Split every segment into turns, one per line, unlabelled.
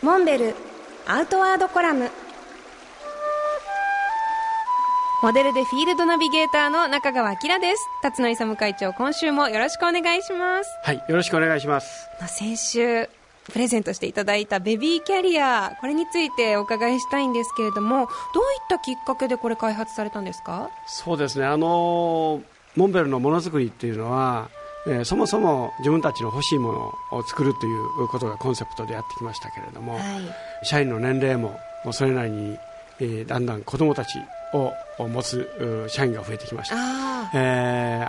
モンベルアウトワードコラム。モデルでフィールドナビゲーターの中川明です。辰野勇会長、今週もよろしくお願いします。
はい、よろしくお願いします。
先週プレゼントしていただいたベビーキャリア、これについてお伺いしたいんですけれども、どういったきっかけでこれ開発されたんですか？
そうですね、モンベルのものづくりっていうのは、そもそも自分たちの欲しいものを作るということがコンセプトでやってきましたけれども、社員の年齢もそれなりに、だんだん子どもたちを持つ社員が増えてきました。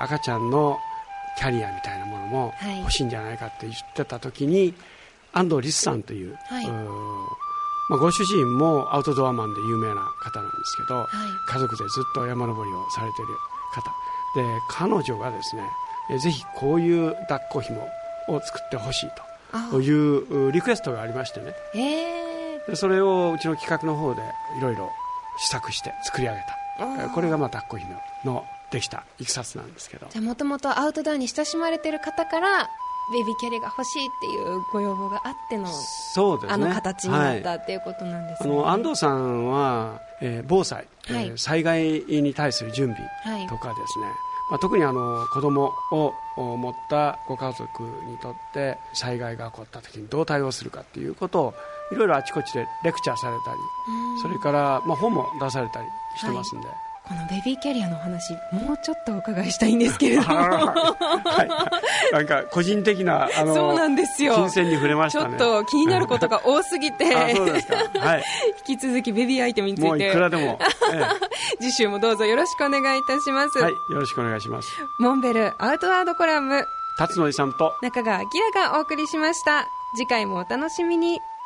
赤ちゃんのキャリアみたいなものも欲しいんじゃないかって言ってた時に、安藤律さんという、ご主人もアウトドアマンで有名な方なんですけど、家族でずっと山登りをされている方で、彼女がですね、ぜひこういう抱っこ紐を作ってほしいというリクエストがありましてね、でそれをうちの企画の方でいろいろ試作して作り上げた。これが抱っこ紐のできたいきさつなんですけど、
じゃあもともとアウトドアに親しまれている方からベビーキャリアが欲しいっていうご要望があっての、
そうですね、
形になったっていうことなんですね。
安藤さんは、防災、災害に対する準備とかですね、特に子供を持ったご家族にとって災害が起こった時にどう対応するかっていうことをいろいろあちこちでレクチャーされたり、それから、本も出されたりしてますんで、
このベビーキャリアの話もうちょっとお伺いしたいんですけれども
なんか個人的な
そうなんですよ、
金銭に触れましたね。
ちょっと気になることが多すぎて
そうですか、
引き続きベビーアイテムについて
もういくらでも、
次週もどうぞよろしくお願いいたします。
はい、よろしくお願いします。
モンベルアウトワードコラム、
辰野勇と
中川明がお送りしました。次回もお楽しみに。